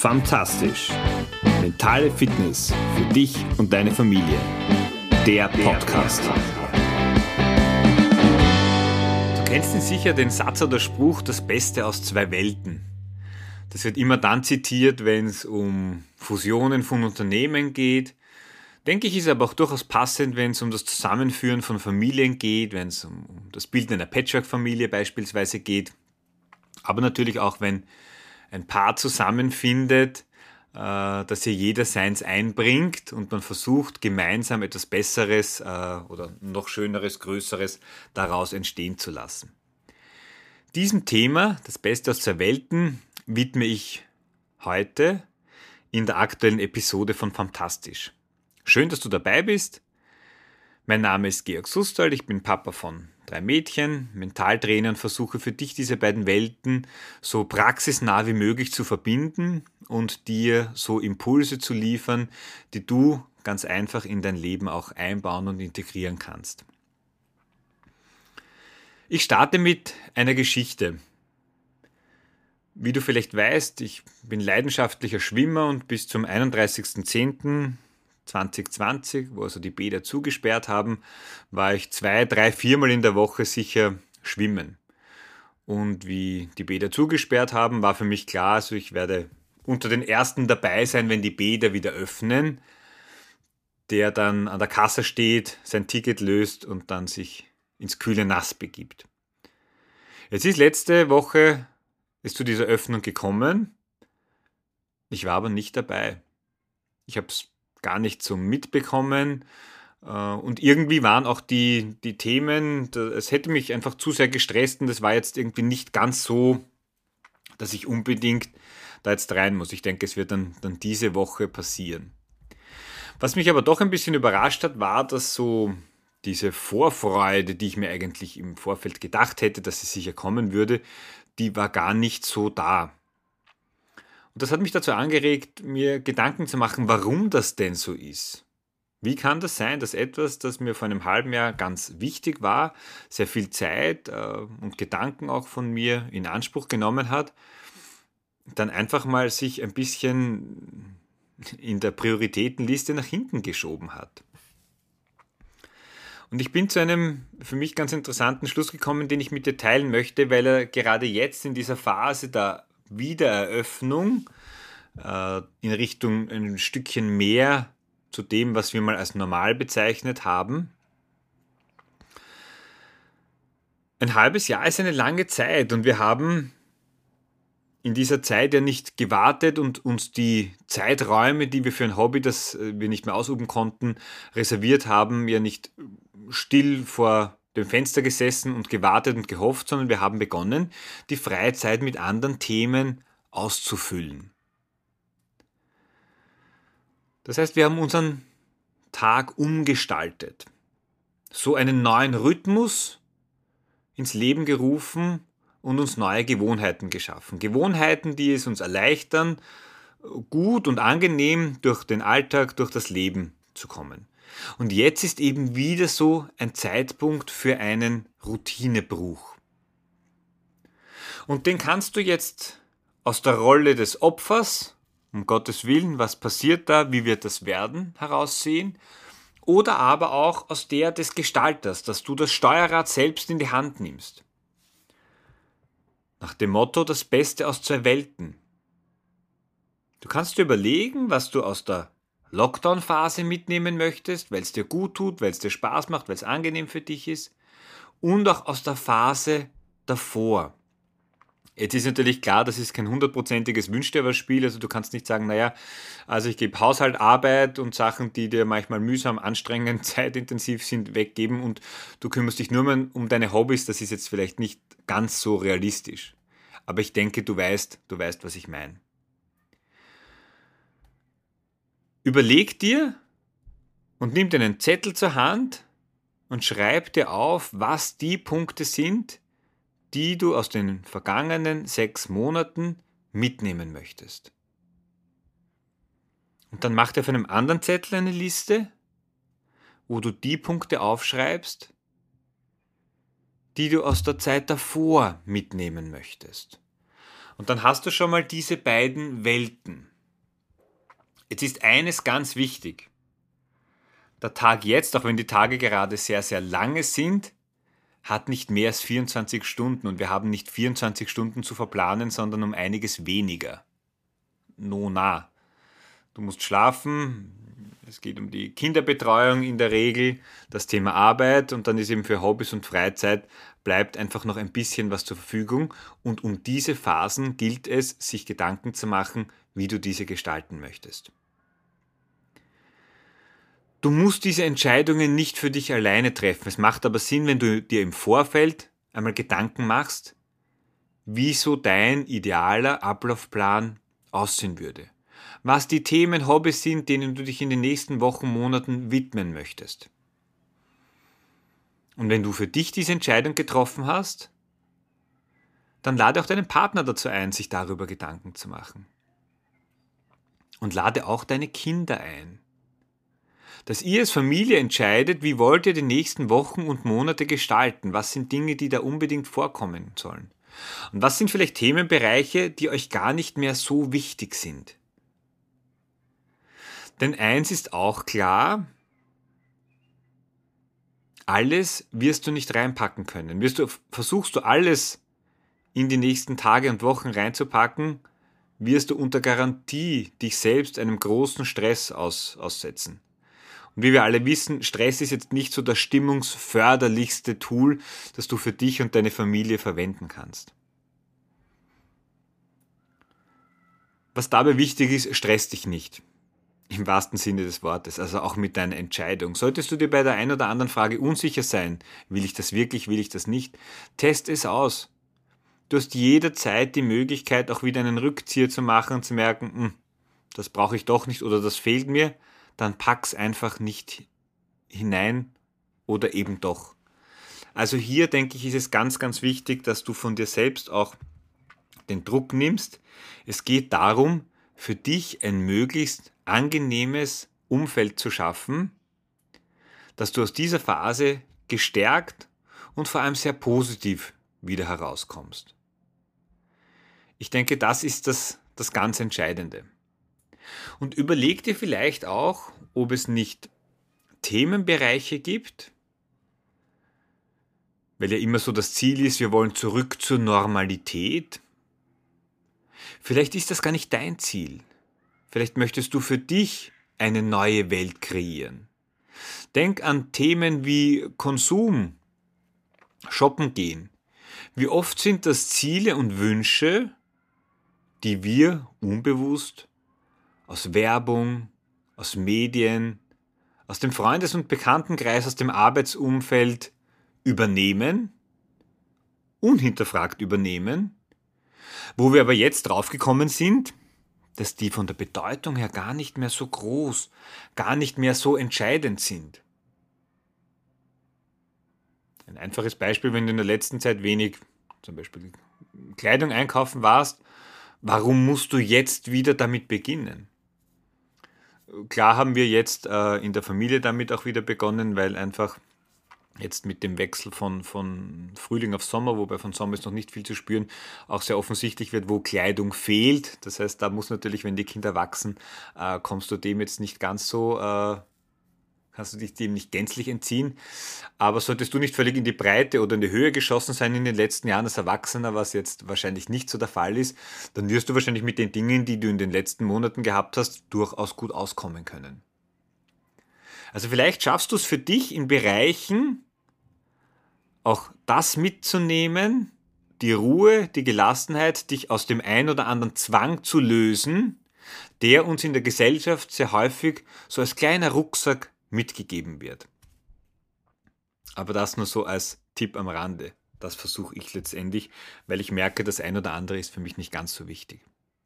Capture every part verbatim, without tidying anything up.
Fantastisch. Mentale Fitness für dich und deine Familie. Der Podcast. Du kennst ihn sicher, den Satz oder Spruch, das Beste aus zwei Welten. Das wird immer dann zitiert, wenn es um Fusionen von Unternehmen geht. Denke ich, ist aber auch durchaus passend, wenn es um das Zusammenführen von Familien geht, wenn es um das Bilden einer Patchwork-Familie beispielsweise geht. Aber natürlich auch, wenn ein Paar zusammenfindet, äh, dass hier jeder seins einbringt und man versucht, gemeinsam etwas Besseres äh, oder noch Schöneres, Größeres daraus entstehen zu lassen. Diesem Thema, das Beste aus zwei Welten, widme ich heute in der aktuellen Episode von Fantastisch. Schön, dass du dabei bist. Mein Name ist Georg Sustal, ich bin Papa von drei Mädchen, Mentaltrainer und versuche für dich diese beiden Welten so praxisnah wie möglich zu verbinden und dir so Impulse zu liefern, die du ganz einfach in dein Leben auch einbauen und integrieren kannst. Ich starte mit einer Geschichte. Wie du vielleicht weißt, ich bin leidenschaftlicher Schwimmer und bis zum einunddreißigsten zehnten zwanzig zwanzig, wo also die Bäder zugesperrt haben, war ich zwei, drei, viermal in der Woche sicher schwimmen. Und wie die Bäder zugesperrt haben, war für mich klar, also ich werde unter den Ersten dabei sein, wenn die Bäder wieder öffnen, der dann an der Kasse steht, sein Ticket löst und dann sich ins kühle Nass begibt. Jetzt ist letzte Woche ist zu dieser Öffnung gekommen, ich war aber nicht dabei. Ich habe es gar nicht so mitbekommen und irgendwie waren auch die, die Themen, es hätte mich einfach zu sehr gestresst und es war jetzt irgendwie nicht ganz so, dass ich unbedingt da jetzt rein muss. Ich denke, es wird dann, dann diese Woche passieren. Was mich aber doch ein bisschen überrascht hat, war, dass so diese Vorfreude, die ich mir eigentlich im Vorfeld gedacht hätte, dass sie sicher kommen würde, die war gar nicht so da. Und das hat mich dazu angeregt, mir Gedanken zu machen, warum das denn so ist. Wie kann das sein, dass etwas, das mir vor einem halben Jahr ganz wichtig war, sehr viel Zeit äh, und Gedanken auch von mir in Anspruch genommen hat, dann einfach mal sich ein bisschen in der Prioritätenliste nach hinten geschoben hat. Und ich bin zu einem für mich ganz interessanten Schluss gekommen, den ich mit dir teilen möchte, weil er gerade jetzt in dieser Phase der Wiedereröffnung äh, in Richtung ein Stückchen mehr zu dem, was wir mal als normal bezeichnet haben. Ein halbes Jahr ist eine lange Zeit und wir haben in dieser Zeit ja nicht gewartet und uns die Zeiträume, die wir für ein Hobby, das wir nicht mehr ausüben konnten, reserviert haben, ja nicht still vor dem Fenster gesessen und gewartet und gehofft, sondern wir haben begonnen, die Freizeit mit anderen Themen auszufüllen. Das heißt, wir haben unseren Tag umgestaltet, so einen neuen Rhythmus ins Leben gerufen und uns neue Gewohnheiten geschaffen. Gewohnheiten, die es uns erleichtern, gut und angenehm durch den Alltag, durch das Leben zu kommen. Und jetzt ist eben wieder so ein Zeitpunkt für einen Routinebruch. Und den kannst du jetzt aus der Rolle des Opfers, um Gottes Willen, was passiert da, wie wird das werden, heraussehen, oder aber auch aus der des Gestalters, dass du das Steuerrad selbst in die Hand nimmst. Nach dem Motto, das Beste aus zwei Welten. Du kannst dir überlegen, was du aus der Lockdown-Phase mitnehmen möchtest, weil es dir gut tut, weil es dir Spaß macht, weil es angenehm für dich ist, und auch aus der Phase davor. Jetzt ist natürlich klar, das ist kein hundertprozentiges Wünsch-dir-was-Spiel, also du kannst nicht sagen, naja, also ich gebe Haushalt, Arbeit und Sachen, die dir manchmal mühsam, anstrengend, zeitintensiv sind, weggeben und du kümmerst dich nur mehr um deine Hobbys, das ist jetzt vielleicht nicht ganz so realistisch. Aber ich denke, du weißt, du weißt, was ich meine. Überleg dir und nimm dir einen Zettel zur Hand und schreib dir auf, was die Punkte sind, die du aus den vergangenen sechs Monaten mitnehmen möchtest. Und dann mach dir auf einem anderen Zettel eine Liste, wo du die Punkte aufschreibst, die du aus der Zeit davor mitnehmen möchtest. Und dann hast du schon mal diese beiden Welten. Jetzt ist eines ganz wichtig. Der Tag jetzt, auch wenn die Tage gerade sehr, sehr lange sind, hat nicht mehr als vierundzwanzig Stunden und wir haben nicht vierundzwanzig Stunden zu verplanen, sondern um einiges weniger. Nona. Du musst schlafen, es geht um die Kinderbetreuung in der Regel, das Thema Arbeit und dann ist eben für Hobbys und Freizeit bleibt einfach noch ein bisschen was zur Verfügung und um diese Phasen gilt es, sich Gedanken zu machen, wie du diese gestalten möchtest. Du musst diese Entscheidungen nicht für dich alleine treffen. Es macht aber Sinn, wenn du dir im Vorfeld einmal Gedanken machst, wie so dein idealer Ablaufplan aussehen würde. Was die Themen, Hobbys sind, denen du dich in den nächsten Wochen, Monaten widmen möchtest. Und wenn du für dich diese Entscheidung getroffen hast, dann lade auch deinen Partner dazu ein, sich darüber Gedanken zu machen. Und lade auch deine Kinder ein. Dass ihr als Familie entscheidet, wie wollt ihr die nächsten Wochen und Monate gestalten, was sind Dinge, die da unbedingt vorkommen sollen. Und was sind vielleicht Themenbereiche, die euch gar nicht mehr so wichtig sind. Denn eins ist auch klar, alles wirst du nicht reinpacken können. Wirst du, versuchst du alles in die nächsten Tage und Wochen reinzupacken, wirst du unter Garantie dich selbst einem großen Stress aus, aussetzen. Und wie wir alle wissen, Stress ist jetzt nicht so das stimmungsförderlichste Tool, das du für dich und deine Familie verwenden kannst. Was dabei wichtig ist, stress dich nicht. Im wahrsten Sinne des Wortes, also auch mit deiner Entscheidung. Solltest du dir bei der einen oder anderen Frage unsicher sein, will ich das wirklich, will ich das nicht, test es aus. Du hast jederzeit die Möglichkeit, auch wieder einen Rückzieher zu machen und zu merken, das brauche ich doch nicht oder das fehlt mir, dann pack's einfach nicht hinein oder eben doch. Also hier, denke ich, ist es ganz, ganz wichtig, dass du von dir selbst auch den Druck nimmst. Es geht darum, für dich ein möglichst angenehmes Umfeld zu schaffen, dass du aus dieser Phase gestärkt und vor allem sehr positiv wieder herauskommst. Ich denke, das ist das, das ganz Entscheidende. Und überleg dir vielleicht auch, ob es nicht Themenbereiche gibt, weil ja immer so das Ziel ist, wir wollen zurück zur Normalität. Vielleicht ist das gar nicht dein Ziel. Vielleicht möchtest du für dich eine neue Welt kreieren. Denk an Themen wie Konsum, Shoppen gehen. Wie oft sind das Ziele und Wünsche, die wir unbewusst aus Werbung, aus Medien, aus dem Freundes- und Bekanntenkreis, aus dem Arbeitsumfeld übernehmen, unhinterfragt übernehmen, wo wir aber jetzt draufgekommen sind, dass die von der Bedeutung her gar nicht mehr so groß, gar nicht mehr so entscheidend sind. Ein einfaches Beispiel, wenn du in der letzten Zeit wenig, zum Beispiel Kleidung einkaufen warst, warum musst du jetzt wieder damit beginnen? Klar haben wir jetzt äh, in der Familie damit auch wieder begonnen, weil einfach jetzt mit dem Wechsel von, von Frühling auf Sommer, wobei von Sommer ist noch nicht viel zu spüren, auch sehr offensichtlich wird, wo Kleidung fehlt. Das heißt, da muss natürlich, wenn die Kinder wachsen, äh, kommst du dem jetzt nicht ganz so, äh, kannst du dich dem nicht gänzlich entziehen. Aber solltest du nicht völlig in die Breite oder in die Höhe geschossen sein in den letzten Jahren als Erwachsener, was jetzt wahrscheinlich nicht so der Fall ist, dann wirst du wahrscheinlich mit den Dingen, die du in den letzten Monaten gehabt hast, durchaus gut auskommen können. Also vielleicht schaffst du es für dich in Bereichen, auch das mitzunehmen, die Ruhe, die Gelassenheit, dich aus dem ein oder anderen Zwang zu lösen, der uns in der Gesellschaft sehr häufig so als kleiner Rucksack mitgegeben wird. Aber das nur so als Tipp am Rande. Das versuche ich letztendlich, weil ich merke, das ein oder andere ist für mich nicht ganz so wichtig.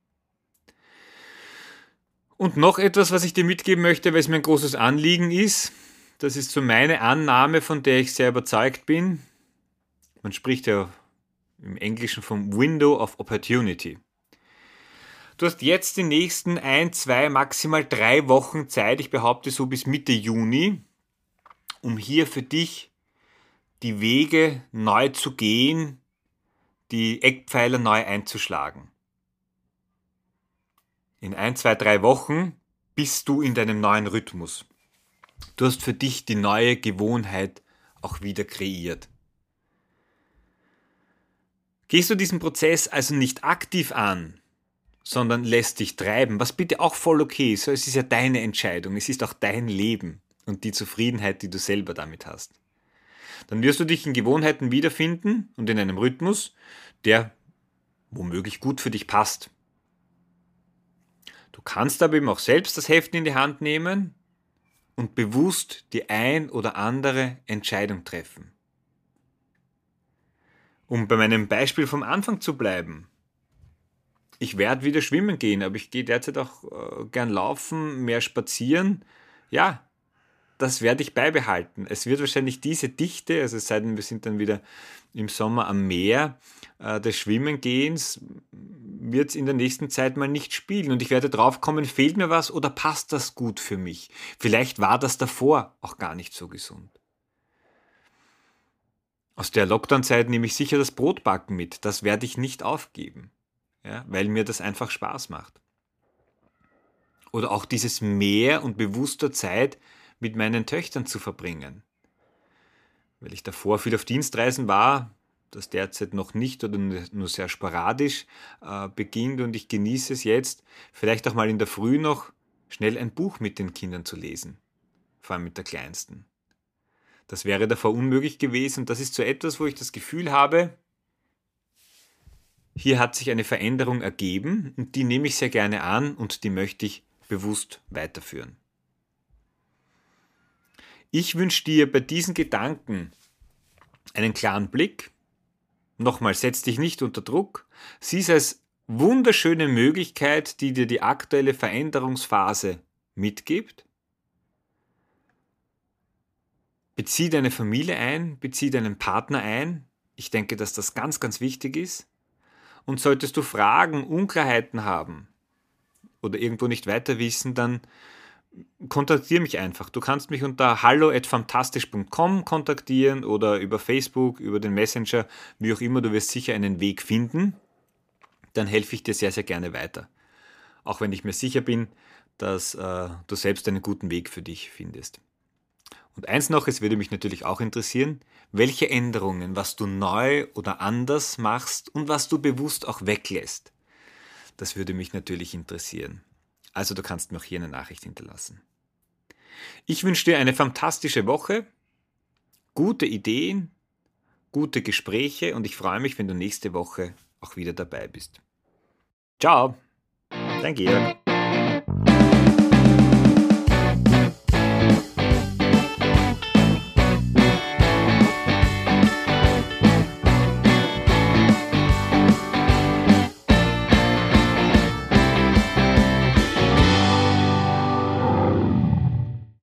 Und noch etwas, was ich dir mitgeben möchte, weil es mir ein großes Anliegen ist, das ist so meine Annahme, von der ich sehr überzeugt bin. Man spricht ja im Englischen vom Window of Opportunity. Du hast jetzt die nächsten ein, zwei, maximal drei Wochen Zeit, ich behaupte so bis Mitte Juni, um hier für dich die Wege neu zu gehen, die Eckpfeiler neu einzuschlagen. In ein, zwei, drei Wochen bist du in deinem neuen Rhythmus. Du hast für dich die neue Gewohnheit auch wieder kreiert. Gehst du diesen Prozess also nicht aktiv an, sondern lässt dich treiben, was bitte auch voll okay ist. Es ist ja deine Entscheidung, es ist auch dein Leben und die Zufriedenheit, die du selber damit hast. Dann wirst du dich in Gewohnheiten wiederfinden und in einem Rhythmus, der womöglich gut für dich passt. Du kannst aber eben auch selbst das Heft in die Hand nehmen und bewusst die ein oder andere Entscheidung treffen. Um bei meinem Beispiel vom Anfang zu bleiben. Ich werde wieder schwimmen gehen, aber ich gehe derzeit auch äh, gern laufen, mehr spazieren. Ja, das werde ich beibehalten. Es wird wahrscheinlich diese Dichte, also es sei denn, wir sind dann wieder im Sommer am Meer, äh, des Schwimmengehens, wird es in der nächsten Zeit mal nicht spielen. Und ich werde drauf kommen, fehlt mir was oder passt das gut für mich? Vielleicht war das davor auch gar nicht so gesund. Aus der Lockdown-Zeit nehme ich sicher das Brotbacken mit. Das werde ich nicht aufgeben, ja, weil mir das einfach Spaß macht. Oder auch dieses mehr und bewusster Zeit mit meinen Töchtern zu verbringen. Weil ich davor viel auf Dienstreisen war, das derzeit noch nicht oder nur sehr sporadisch äh, beginnt und ich genieße es jetzt, vielleicht auch mal in der Früh noch schnell ein Buch mit den Kindern zu lesen. Vor allem mit der Kleinsten. Das wäre davor unmöglich gewesen und das ist so etwas, wo ich das Gefühl habe, hier hat sich eine Veränderung ergeben und die nehme ich sehr gerne an und die möchte ich bewusst weiterführen. Ich wünsche dir bei diesen Gedanken einen klaren Blick. Nochmal, setz dich nicht unter Druck. Sieh es als wunderschöne Möglichkeit, die dir die aktuelle Veränderungsphase mitgibt. Bezieh deine Familie ein, bezieh deinen Partner ein. Ich denke, dass das ganz, ganz wichtig ist. Und solltest du Fragen, Unklarheiten haben oder irgendwo nicht weiter wissen, dann kontaktiere mich einfach. Du kannst mich unter hallo at fantastisch punkt com kontaktieren oder über Facebook, über den Messenger, wie auch immer. Du wirst sicher einen Weg finden. Dann helfe ich dir sehr, sehr gerne weiter. Auch wenn ich mir sicher bin, dass äh, du selbst einen guten Weg für dich findest. Und eins noch, es würde mich natürlich auch interessieren, welche Änderungen, was du neu oder anders machst und was du bewusst auch weglässt. Das würde mich natürlich interessieren. Also du kannst mir auch hier eine Nachricht hinterlassen. Ich wünsche dir eine fantastische Woche, gute Ideen, gute Gespräche und ich freue mich, wenn du nächste Woche auch wieder dabei bist. Ciao, dein Georg.